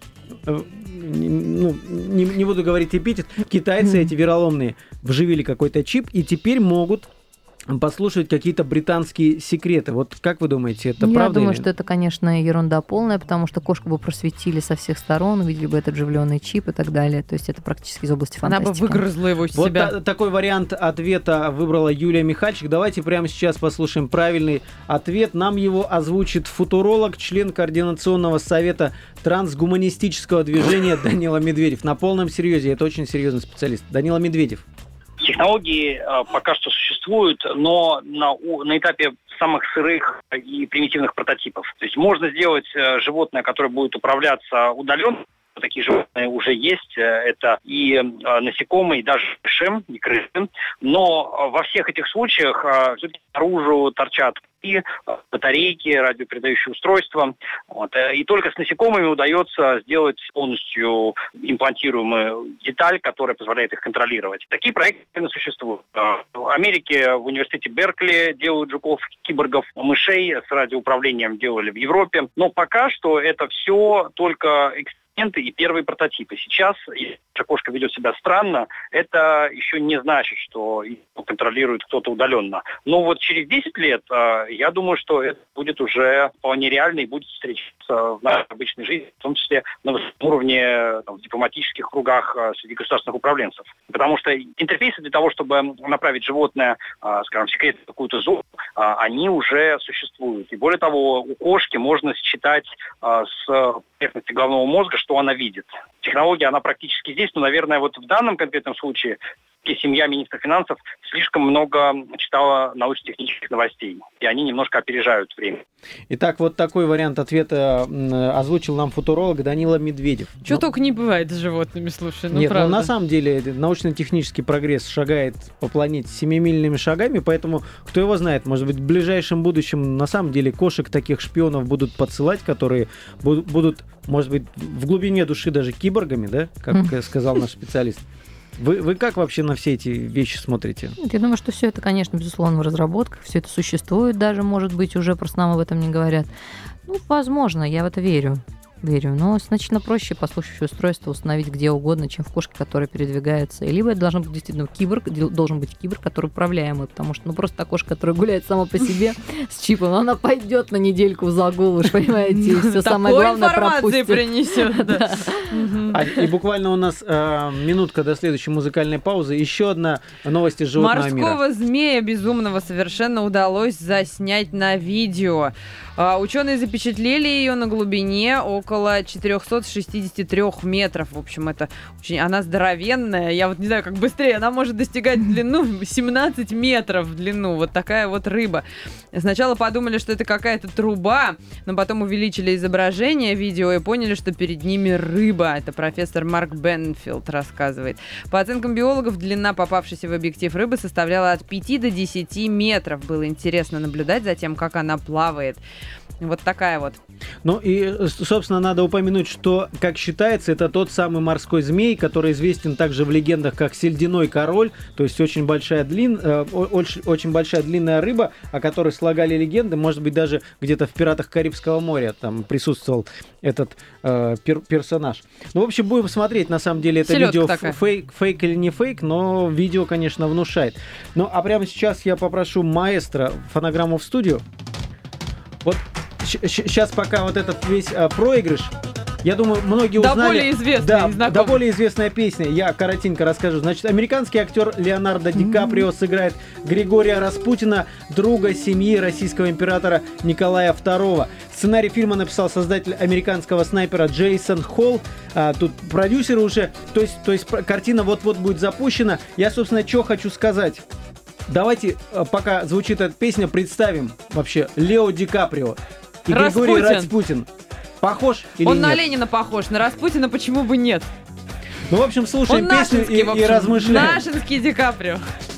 Speaker 2: Ну, не буду говорить эпитет, китайцы эти вероломные вживили какой-то чип и теперь могут послушать какие-то британские секреты. Вот как вы думаете, это правда?
Speaker 4: Я думаю,
Speaker 2: или...
Speaker 4: что это, конечно, ерунда полная, потому что кошку бы просветили со всех сторон, увидели бы этот вживленный чип и так далее. То есть это практически из области
Speaker 3: Она
Speaker 4: фантастики.
Speaker 3: бы выгрызла его из
Speaker 2: Вот
Speaker 3: себя.
Speaker 2: такой вариант ответа выбрала Юлия Михальчик. Давайте прямо сейчас послушаем правильный ответ. Нам его озвучит футуролог, член Координационного совета трансгуманистического движения Данила Медведев. На полном серьезе, это очень серьезный специалист. Данила Медведев.
Speaker 7: Технологии пока что существуют, но на этапе самых сырых и примитивных прототипов. То есть можно сделать животное, которое будет управляться удаленно. Такие животные уже есть. Это и насекомые, и даже шем, и крысы. Но во всех этих случаях наружу торчат и батарейки, радиопередающие устройства. Вот. И только с насекомыми удается сделать полностью имплантируемую деталь, которая позволяет их контролировать. Такие проекты существуют. В Америке в университете Беркли делают жуков-киборгов, мышей с радиоуправлением делали в Европе. Но пока что это все только эксперименты и первые прототипы. Сейчас, если кошка ведет себя странно, это еще не значит, что ее контролирует кто-то удаленно. Но вот через 10 лет, я думаю, что это будет уже вполне реально и будет встречаться в нашей обычной жизни, в том числе на высоком уровне в дипломатических кругах среди государственных управленцев. Потому что интерфейсы для того, чтобы направить животное, скажем, в секретную какую-то зону, они уже существуют. И более того, у кошки можно считать с поверхности головного мозга, что она видит. Технология, она практически здесь, но, наверное, вот в данном конкретном случае и семья министра финансов слишком много читала научно-технических новостей, и они немножко опережают время.
Speaker 2: Итак, вот такой вариант ответа озвучил нам футуролог Данила Медведев.
Speaker 3: Что только не бывает с животными, слушай,
Speaker 2: Нет,
Speaker 3: правда.
Speaker 2: на самом деле научно-технический прогресс шагает по планете семимильными шагами, поэтому, кто его знает, может быть, в ближайшем будущем на самом деле кошек таких шпионов будут подсылать, которые будут, может быть, в глубине души даже киборгами, да, как сказал наш специалист. Вы как вообще на все эти вещи смотрите?
Speaker 4: Я думаю, что все это, конечно, безусловно, в разработках, все это существует даже, может быть, уже просто нам об этом не говорят. Ну, возможно, я в это верю. Но значительно проще послушающее устройство установить где угодно, чем в кошке, которая передвигается. И либо это должен быть действительно должен быть киборг, который управляемый, потому что просто та кошка, которая гуляет сама по себе с чипом, она пойдет на недельку в загул, вы же понимаете, и все самое главное пропустит.
Speaker 3: Такой информации принесет.
Speaker 2: И буквально у нас минутка до следующей музыкальной паузы. Еще одна новость из животного мира.
Speaker 3: Морского змея безумного совершенно удалось заснять на видео. Ученые запечатлели ее на глубине около 463 метров. В общем, это очень... Она здоровенная. Я вот не знаю, как быстрее. Она может достигать длину 17 метров в длину. Вот такая вот рыба. Сначала подумали, что это какая-то труба, но потом увеличили изображение видео и поняли, что перед ними рыба. Это профессор Марк Бенфилд рассказывает. По оценкам биологов, длина попавшейся в объектив рыбы составляла от 5 до 10 метров. Было интересно наблюдать за тем, как она плавает. Вот такая вот.
Speaker 2: Ну и, собственно, надо упомянуть, что, как считается, это тот самый морской змей, который известен также в легендах как Сельдяной король, то есть очень большая длинная рыба, о которой слагали легенды, может быть, даже где-то в «Пиратах Карибского моря» там присутствовал этот персонаж. Ну, в общем, будем смотреть, на самом деле, это
Speaker 3: Селёдка
Speaker 2: видео
Speaker 3: такая.
Speaker 2: фейк или не фейк, но видео, конечно, внушает. Ну, а прямо сейчас я попрошу маэстро фонограмму в студию. Вот сейчас пока вот этот весь проигрыш, я думаю, многие узнали...
Speaker 3: Да, более известный, знакомый.
Speaker 2: Да, более известная песня. Я коротенько расскажу. Значит, американский актер Леонардо Ди Каприо сыграет Григория Распутина, друга семьи российского императора Николая II. Сценарий фильма написал создатель американского снайпера Джейсон Холл. Тут продюсеры уже... То есть картина вот-вот будет запущена. Я, собственно, что хочу сказать. Давайте, пока звучит эта песня, представим вообще Лео Ди Каприо и Григорий Распутин. Похож или
Speaker 3: Он
Speaker 2: нет?
Speaker 3: на Ленина похож, на Распутина почему бы нет?
Speaker 2: Ну, в общем, слушаем
Speaker 3: Он
Speaker 2: песню
Speaker 3: нашинский, в общем,
Speaker 2: и размышляем.
Speaker 3: Нашинский Ди Каприо.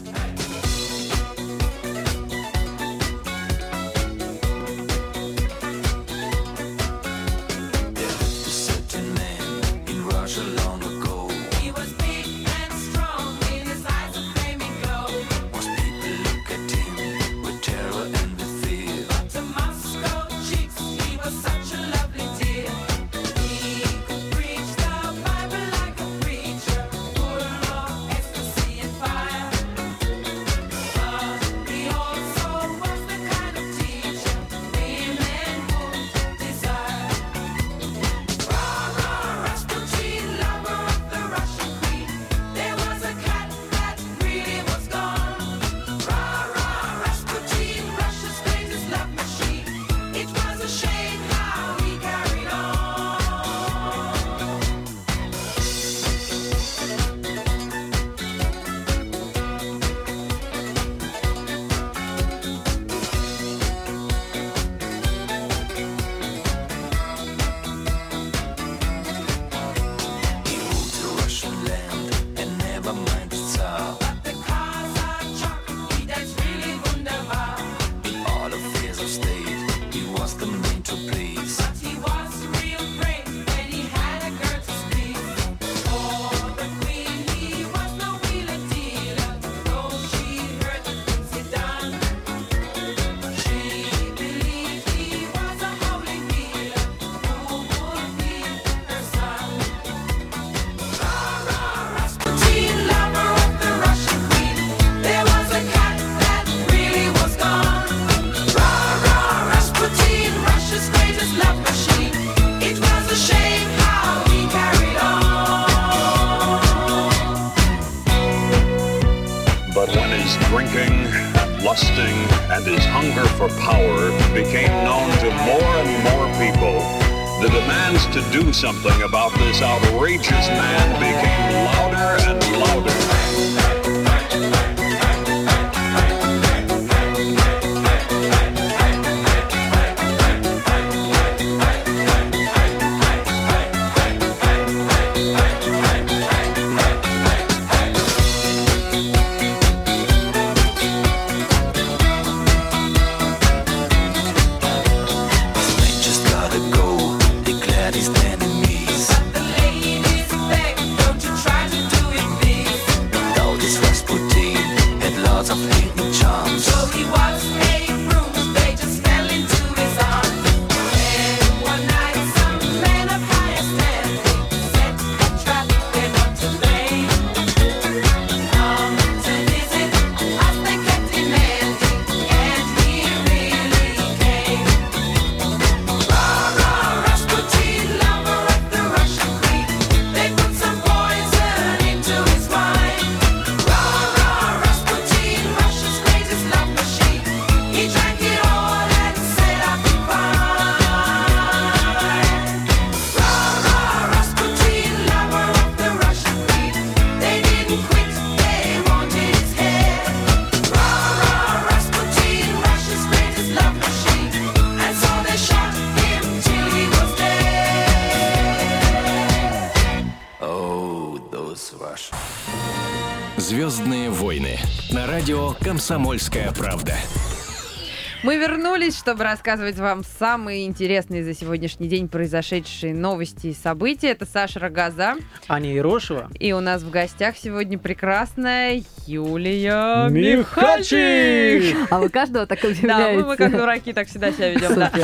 Speaker 8: drinking, lusting, and his hunger for power became known to more and more people, The demands to do something about this outrageous man became louder and louder.
Speaker 1: «Звездные войны» на радио «Комсомольская правда».
Speaker 3: Мы вернулись, чтобы рассказывать вам самые интересные за сегодняшний день произошедшие новости и события. Это Саша Рогоза.
Speaker 2: Аня Ерошева.
Speaker 3: И у нас в гостях сегодня прекрасная Юлия
Speaker 2: Михальчик!
Speaker 4: А вы каждого так удивляете?
Speaker 3: Да, мы как дураки так всегда себя ведем. Да.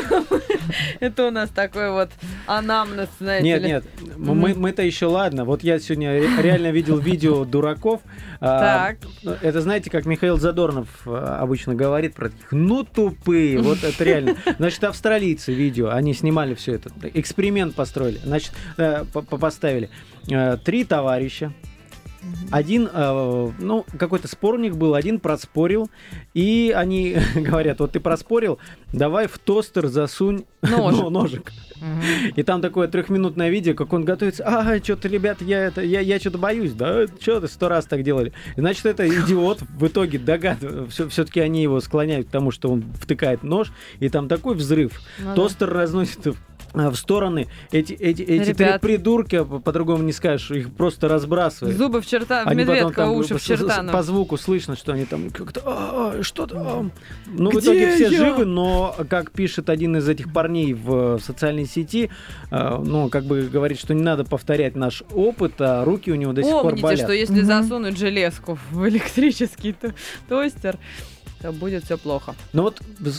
Speaker 3: Это у нас такой вот анамнез, знаете ли.
Speaker 2: Нет, мы-то еще ладно. Вот я сегодня реально видел видео дураков.
Speaker 3: Так.
Speaker 2: Это знаете, как Михаил Задорнов обычно говорит про таких, ну тупые, вот это реально. Значит, австралийцы видео, они снимали все это, эксперимент построили, значит, поставили 3 товарища. Один, ну, какой-то спор у них был, один проспорил, и они говорят, вот ты проспорил, давай в тостер засунь ножик. И там такое 3-минутное видео, как он готовится. Что-то, ребят, я что-то боюсь, да? Что-то 100 раз так делали. Значит, это идиот в итоге догадывается. Все-таки они его склоняют к тому, что он втыкает нож, и там такой взрыв. Тостер разносит в стороны. Эти 3 придурки, по-другому не скажешь, их просто разбрасывают.
Speaker 3: Зубы в медведка, уши в чертану.
Speaker 2: По звуку слышно, что они там как-то что-то... Ну, в итоге все живы, но, как пишет один из этих парней в социальной сети, ну, как бы говорит, что не надо повторять наш опыт, а руки у него до сих пор болят.
Speaker 3: Помните, что если засунуть железку в электрический тостер, то будет все плохо.
Speaker 2: Но вот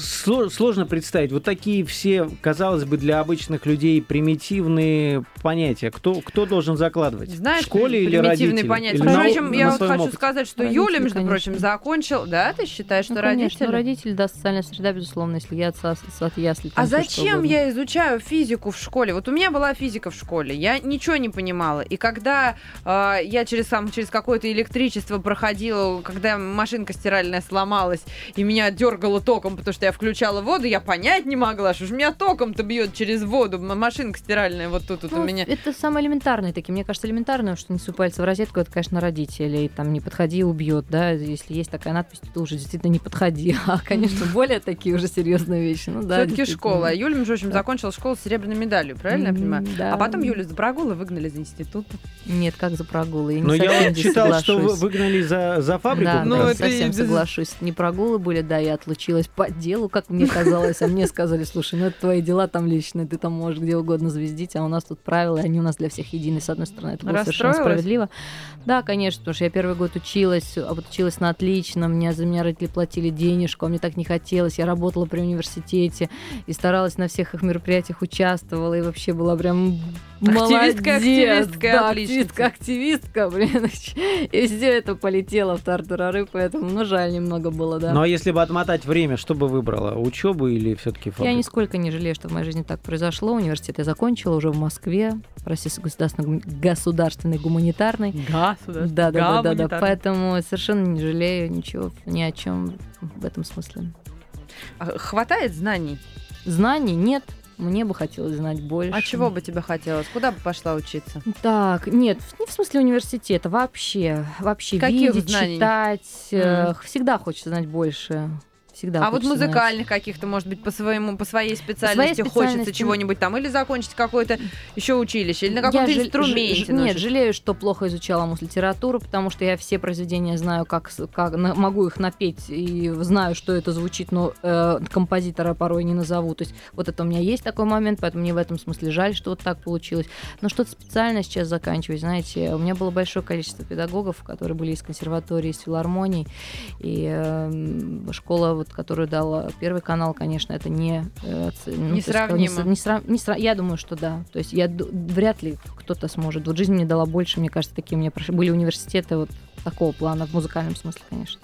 Speaker 2: сложно представить, вот такие все, казалось бы, для обычных людей примитивные понятия. Кто должен закладывать?
Speaker 3: Знаешь,
Speaker 2: в школе или родители?
Speaker 3: Примитивные понятия. Впрочем, я вот хочу сказать, что родители, Юля, между прочим, закончил... Да, ты считаешь, что родители?
Speaker 4: Родители, да, социальная среда, безусловно, если я от ясли.
Speaker 3: А зачем я изучаю физику в школе? Вот у меня была физика в школе, я ничего не понимала. И когда я через какое-то электричество проходила, когда машинка стиральная сломалась, и меня дергало током, потому что я включала воду, я понять не могла, что же меня током-то бьет через воду, машинка стиральная вот тут у меня.
Speaker 4: Это самое элементарное такие. Мне кажется, элементарное, что несу пальцы в розетку, это, конечно, родители. Там не подходи, убьет, да. Если есть такая надпись, то уже действительно не подходи. А, конечно, более такие уже серьезные вещи. Ну, да,
Speaker 3: все-таки школа. Юля, между прочим, закончила школу с серебряной медалью, правильно я понимаю?
Speaker 4: Да.
Speaker 3: А потом Юлю за прогулы выгнали из института.
Speaker 4: Нет, как за прогулы?
Speaker 2: Но я читал, что вы выгнали за фабрику.
Speaker 4: Да, ну, совсем соглашусь. Не прогулы были, да, я отлучилась по делу, как мне казалось, а мне сказали, слушай, ну это твои дела там личные, ты там можешь где угодно звездить, а у нас тут правила, и они у нас для всех едины, с одной стороны, это было совершенно справедливо. Да, конечно, потому что я первый год училась, отучилась на отлично, за меня родители платили денежку, а мне так не хотелось, я работала при университете и старалась на всех их мероприятиях, участвовала, и вообще была прям активистка, блин, и все это полетело в тартарары, поэтому, жаль немного было, да.
Speaker 2: Ну, а если бы отмотать время, что бы выбрала? Учебу или все-таки фабрику?
Speaker 4: Я нисколько не жалею, что в моей жизни так произошло. Университет я закончила уже в Москве, Российский государственный гуманитарный. Да. Поэтому совершенно не жалею ничего, ни о чем в этом смысле.
Speaker 3: Хватает знаний?
Speaker 4: Знаний нет. Мне бы хотелось знать больше.
Speaker 3: А чего бы тебе хотелось? Куда бы пошла учиться?
Speaker 4: Так, нет, не в смысле университета, вообще
Speaker 3: Каких
Speaker 4: видеть,
Speaker 3: знаний?
Speaker 4: читать, всегда хочется знать больше. Всегда
Speaker 3: А вот
Speaker 4: хочется знать.
Speaker 3: музыкальных каких-то, может быть, по своей специальности хочется
Speaker 4: специальности.
Speaker 3: чего-нибудь там, или закончить какое-то еще училище, или на каком-то инструменте.
Speaker 4: Нет, жалею, что плохо изучала муз-литературу, потому что я все произведения знаю, как могу их напеть и знаю, что это звучит, но композитора порой не назову. То есть вот это у меня есть такой момент, поэтому мне в этом смысле жаль, что вот так получилось. Но что-то специально сейчас заканчивать, знаете, у меня было большое количество педагогов, которые были из консерватории, из филармонии, и школа, вот, которую дал Первый канал, конечно, это несравнимо. Я думаю, что да. То есть вряд ли кто-то сможет. Вот жизнь мне дала больше, мне кажется, такие у меня были университеты вот такого плана, в музыкальном смысле, конечно.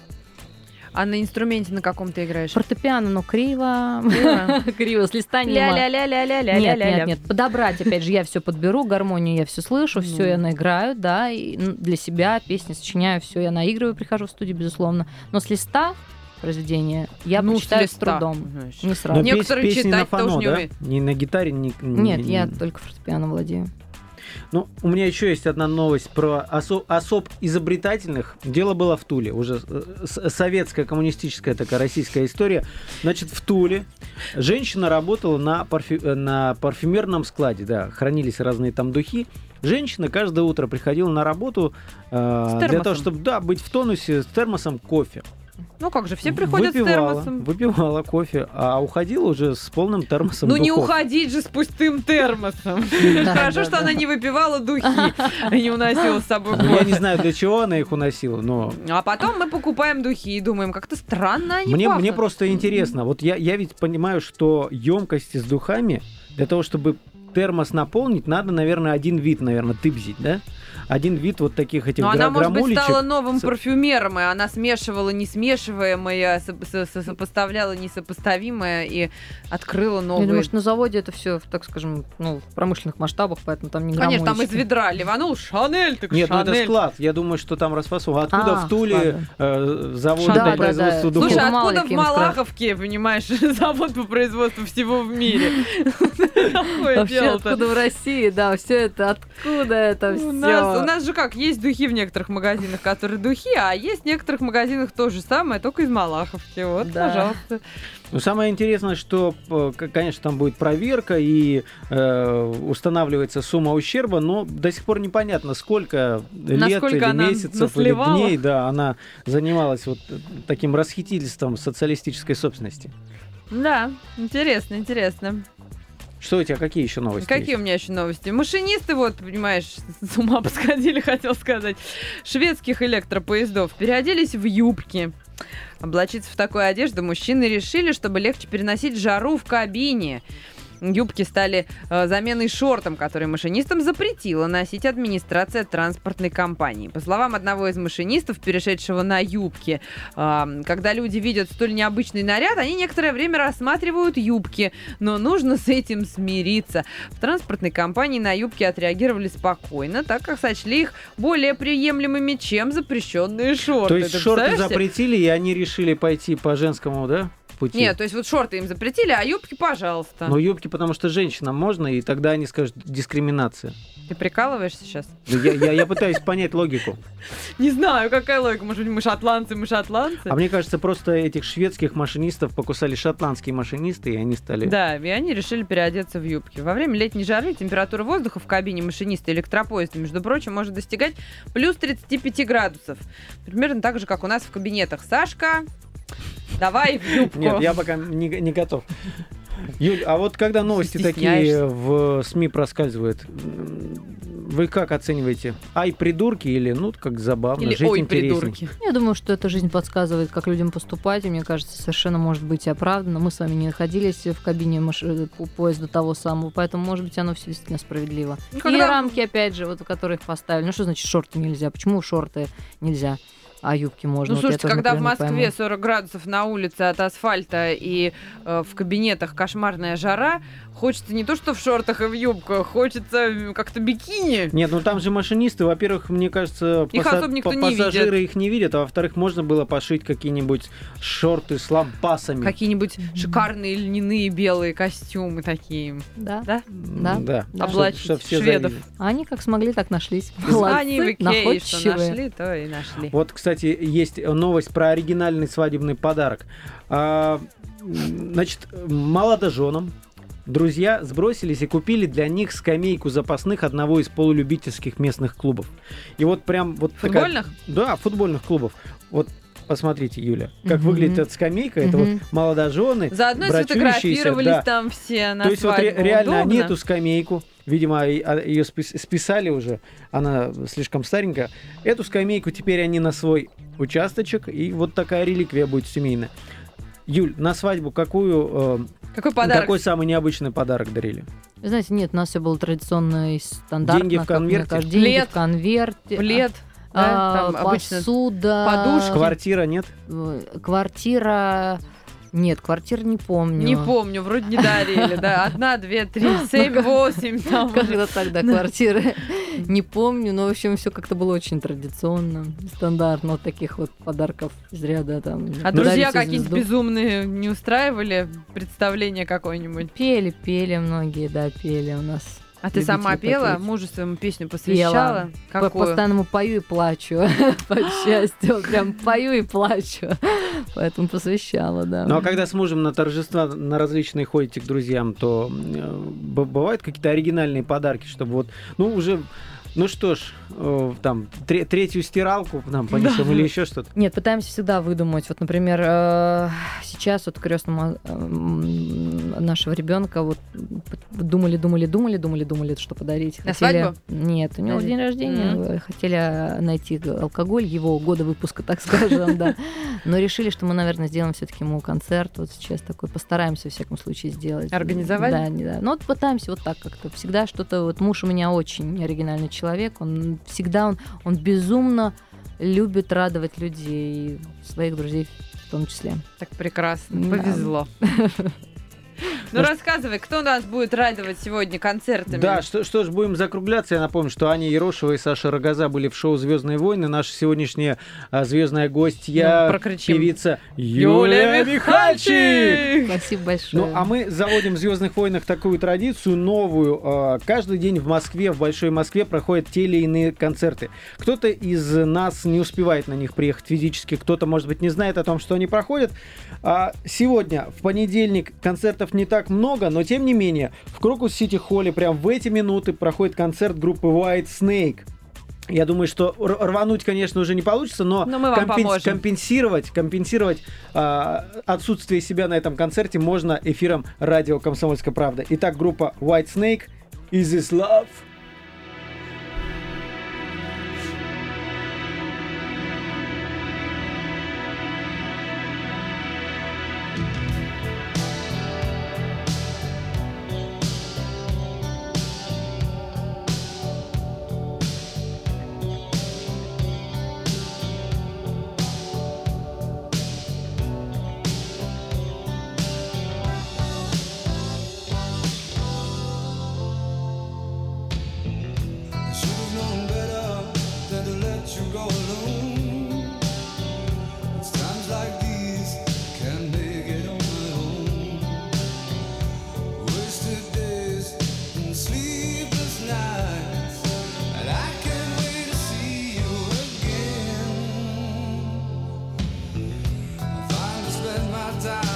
Speaker 3: А на инструменте на каком ты играешь?
Speaker 4: Фортепиано, но криво. Криво, с листа не
Speaker 3: Ля-ля-ля-ля-ля-ля-ля-ля.
Speaker 4: Нет. Подобрать, опять же, я все подберу, гармонию я все слышу, все я наиграю, да, и для себя песни сочиняю, все я наигрываю, прихожу в студию, безусловно. Но с листа произведения я прочитаю с трудом. Не сразу.
Speaker 2: Но
Speaker 3: Некоторые
Speaker 2: песни
Speaker 3: читать
Speaker 2: на фано,
Speaker 3: тоже не
Speaker 2: да?
Speaker 3: умеют.
Speaker 2: Не на гитаре,
Speaker 4: Нет, я только фортепиано владею.
Speaker 2: Ну, у меня еще есть одна новость про особ изобретательных. Дело было в Туле. Уже советская, коммунистическая такая российская история. Значит, в Туле женщина работала на парфюмерном складе. Да, хранились разные там духи. Женщина каждое утро приходила на работу для того, чтобы быть в тонусе, с термосом кофе.
Speaker 3: Ну как же, все приходят с термосом.
Speaker 2: Выпивала кофе, а уходила уже с полным термосом
Speaker 3: Ну
Speaker 2: духов.
Speaker 3: не уходить же с пустым термосом. Хорошо, что она не выпивала духи и не уносила с собой
Speaker 2: Я
Speaker 3: кофе.
Speaker 2: не знаю, для чего она их уносила, но...
Speaker 3: А потом мы покупаем духи и думаем, как-то странно они
Speaker 2: Мне
Speaker 3: пахнут.
Speaker 2: просто интересно. Вот я ведь понимаю, что емкости с духами, для того, чтобы термос наполнить, надо, наверное, один вид, тыбзить, да? Один вид вот таких этих
Speaker 3: Но она, может быть,
Speaker 2: грамулечек.
Speaker 3: стала новым парфюмером, и она смешивала несмешиваемое, сопоставляла несопоставимое и открыла новые...
Speaker 4: Я думаю, что на заводе это все, так скажем, в промышленных масштабах, поэтому там не
Speaker 3: Конечно, там из
Speaker 4: граммулечки.
Speaker 3: ведра ливанул Шанель, так
Speaker 2: Нет,
Speaker 3: Шанель.
Speaker 2: ну это склад. Я думаю, что там расфасовка. Откуда в Туле завод
Speaker 4: Да,
Speaker 2: по
Speaker 4: да,
Speaker 2: производству
Speaker 4: да.
Speaker 2: духов?
Speaker 3: Слушай,
Speaker 4: Мало
Speaker 3: откуда
Speaker 4: ли
Speaker 3: в
Speaker 4: кем сказать.
Speaker 3: Малаховке, понимаешь, завод по производству всего в мире? Такое
Speaker 4: Вообще,
Speaker 3: дело-то.
Speaker 4: откуда в России, да, все это, откуда это все?
Speaker 3: У нас же как, есть духи в некоторых магазинах, которые духи, а есть в некоторых магазинах то же самое, только из Малаховки. Вот,
Speaker 4: Да.
Speaker 3: пожалуйста.
Speaker 2: Ну, самое интересное, что, конечно, там будет проверка и устанавливается сумма ущерба, но до сих пор непонятно, сколько лет
Speaker 3: Насколько
Speaker 2: или
Speaker 3: она
Speaker 2: месяцев
Speaker 3: насливала.
Speaker 2: или дней, да, она занималась вот таким расхитительством социалистической собственности.
Speaker 3: Да, интересно, интересно.
Speaker 2: Что у тебя, какие еще новости?
Speaker 3: Какие
Speaker 2: есть?
Speaker 3: у меня еще новости? Машинисты, вот, понимаешь, с ума посходили, хотел сказать, шведских электропоездов переоделись в юбки. Облачиться в такую одежду мужчины решили, чтобы легче переносить жару в кабине. Юбки стали заменой шортам, которые машинистам запретила носить администрация транспортной компании. По словам одного из машинистов, перешедшего на юбки, когда люди видят столь необычный наряд, они некоторое время рассматривают юбки, но нужно с этим смириться. В транспортной компании на юбки отреагировали спокойно, так как сочли их более приемлемыми, чем запрещенные шорты.
Speaker 2: То есть
Speaker 3: Ты
Speaker 2: шорты
Speaker 3: представляешь себе?
Speaker 2: запретили, и они решили пойти по женскому, да, пути?
Speaker 3: Нет, то есть вот шорты им запретили, а юбки, пожалуйста.
Speaker 2: Но юбки, потому что женщинам можно, и тогда они скажут дискриминация.
Speaker 3: Ты прикалываешься сейчас?
Speaker 2: Ну, я пытаюсь понять логику.
Speaker 3: Не знаю, какая логика. Может быть, мы шотландцы.
Speaker 2: А мне кажется, просто этих шведских машинистов покусали шотландские машинисты, и они стали...
Speaker 3: Да, и они решили переодеться в юбки. Во время летней жары температура воздуха в кабине машиниста электропоезда, между прочим, может достигать плюс 35 градусов. Примерно так же, как у нас в кабинетах. Сашка, давай в юбку.
Speaker 2: Нет, я пока не готов. Юль, а вот когда новости такие
Speaker 3: Стесняешься.
Speaker 2: в СМИ проскальзывают, вы как оцениваете? Ай, придурки или, как забавно,
Speaker 3: Или
Speaker 2: жить
Speaker 3: ой,
Speaker 2: интересней?
Speaker 3: придурки.
Speaker 4: Я думаю, что эта жизнь подсказывает, как людям поступать, и мне кажется, совершенно может быть и оправдано. Мы с вами не находились в кабине поезда того самого, поэтому, может быть, оно все действительно справедливо.
Speaker 3: Ну,
Speaker 4: И
Speaker 3: когда-
Speaker 4: рамки, опять же, вот, которые их поставили. Ну, что значит шорты нельзя? Почему шорты нельзя? а юбки можно.
Speaker 3: Ну,
Speaker 4: Вот я
Speaker 3: слушайте,
Speaker 4: тоже,
Speaker 3: когда в
Speaker 4: например, не
Speaker 3: Москве
Speaker 4: пойму.
Speaker 3: 40 градусов на улице от асфальта и в кабинетах кошмарная жара, хочется не то что в шортах и в юбках, хочется как-то бикини.
Speaker 2: Нет, ну там же машинисты, во-первых, мне кажется,
Speaker 3: Их особо никто не
Speaker 2: пассажиры
Speaker 3: видит.
Speaker 2: их не видят, а во-вторых, можно было пошить какие-нибудь шорты с лампасами.
Speaker 3: Какие-нибудь шикарные льняные белые костюмы такие.
Speaker 4: Да.
Speaker 3: Да?
Speaker 4: Да.
Speaker 2: Да.
Speaker 3: Облачить
Speaker 2: Чтоб все
Speaker 3: шведов.
Speaker 2: завидели.
Speaker 4: А они как смогли, так нашлись.
Speaker 3: Они в
Speaker 4: Молодцы,
Speaker 3: Икее что
Speaker 4: находчивые.
Speaker 3: нашли, то и нашли.
Speaker 2: Вот, кстати, есть новость про оригинальный свадебный подарок. Значит, молодоженам друзья сбросились и купили для них скамейку запасных одного из полулюбительских местных клубов. И вот прям вот
Speaker 3: Футбольных?
Speaker 2: Да, футбольных клубов. Вот посмотрите, Юля, как
Speaker 4: Мгм.
Speaker 2: выглядит эта скамейка. Это вот молодожены,
Speaker 3: Заодно
Speaker 2: брачующиеся,
Speaker 3: сфотографировались
Speaker 2: да.
Speaker 3: там все на
Speaker 2: То есть вот
Speaker 3: свадьбу.
Speaker 2: реально они
Speaker 3: Удобно.
Speaker 2: эту скамейку, видимо, ее списали уже, она слишком старенькая. Эту скамейку теперь они на свой участочек, и вот такая реликвия будет семейная. Юль, на свадьбу какой
Speaker 3: Подарок?
Speaker 2: самый необычный подарок дарили?
Speaker 4: Вы знаете, нет, у нас все было традиционно и стандартно.
Speaker 2: Деньги в
Speaker 4: как мне
Speaker 2: конверте?
Speaker 4: кажется. Деньги
Speaker 3: Плед?
Speaker 4: в конверте.
Speaker 3: Плед? Да, там обычно
Speaker 4: посуда.
Speaker 3: подушки.
Speaker 2: Квартира нет?
Speaker 4: Квартира... Нет, квартиру не помню.
Speaker 3: Не помню, вроде не дарили, да. 1, 2, 3, 7, 8. Там.
Speaker 4: Когда тогда квартиры. Не помню, но, в общем, все как-то было очень традиционно, стандартно. Вот таких вот подарков из ряда там.
Speaker 3: А друзья
Speaker 4: «Ударите
Speaker 3: какие-нибудь
Speaker 4: звезду».
Speaker 3: безумные не устраивали представление какое-нибудь?
Speaker 4: Пели многие, да, пели у нас.
Speaker 3: А ты сама
Speaker 4: Любители
Speaker 3: пела?
Speaker 4: попеть.
Speaker 3: Мужу своему песню посвящала?
Speaker 4: По
Speaker 3: Какую?
Speaker 4: постоянному пою и плачу, по счастью. Прям пою и плачу. Поэтому посвящала, да.
Speaker 2: Ну а когда с мужем на торжества на различные ходите к друзьям, то бывают какие-то оригинальные подарки, чтобы вот, ну уже, ну что ж, там, третью стиралку нам понесем или еще что-то?
Speaker 4: Нет, пытаемся всегда выдумать. Вот, например, сейчас вот крестному нашего ребенка вот думали, что подарить.
Speaker 3: На свадьбу?
Speaker 4: Нет, у него
Speaker 3: На
Speaker 4: день рождения. Хотели найти алкоголь, его года выпуска, так скажем, да. Но решили, что мы, наверное, сделаем все-таки ему концерт. Вот сейчас такой постараемся, во всяком случае, сделать.
Speaker 3: Организовать?
Speaker 4: Да. Ну, вот пытаемся вот так как-то. Всегда что-то... Вот муж у меня очень оригинальный человек. Он всегда, он безумно любит радовать людей, и своих друзей в том числе.
Speaker 3: Так прекрасно,
Speaker 4: Да.
Speaker 3: повезло. Ну, рассказывай, кто нас будет радовать сегодня концертами?
Speaker 2: Да, что ж, будем закругляться. Я напомню, что Аня Ерошева и Саша Рогоза были в шоу «Звездные войны». Наша сегодняшняя звездная гостья,
Speaker 3: Ну, прокричим.
Speaker 2: певица
Speaker 3: Юлия
Speaker 2: Юлия Михальчик.
Speaker 4: Спасибо большое.
Speaker 2: Ну, а мы заводим в «Звездных войнах» такую традицию новую. Каждый день в Москве, в Большой Москве проходят те или иные концерты. Кто-то из нас не успевает на них приехать физически, кто-то, может быть, не знает о том, что они проходят. Сегодня, в понедельник, концертов не так много, но, тем не менее, в Крокус-Сити-Холле прям в эти минуты проходит концерт группы White Snake. Я думаю, что рвануть, конечно, уже не получится, но
Speaker 3: мы вам поможем.
Speaker 2: компенсировать отсутствие себя на этом концерте можно эфиром радио «Комсомольская правда». Итак, группа White Snake, Is This Love?
Speaker 9: Should've known better than to let you go alone. It's times like these can't make it on my own. Wasted days and sleepless nights, and I can't wait to see you again. I finally spent my time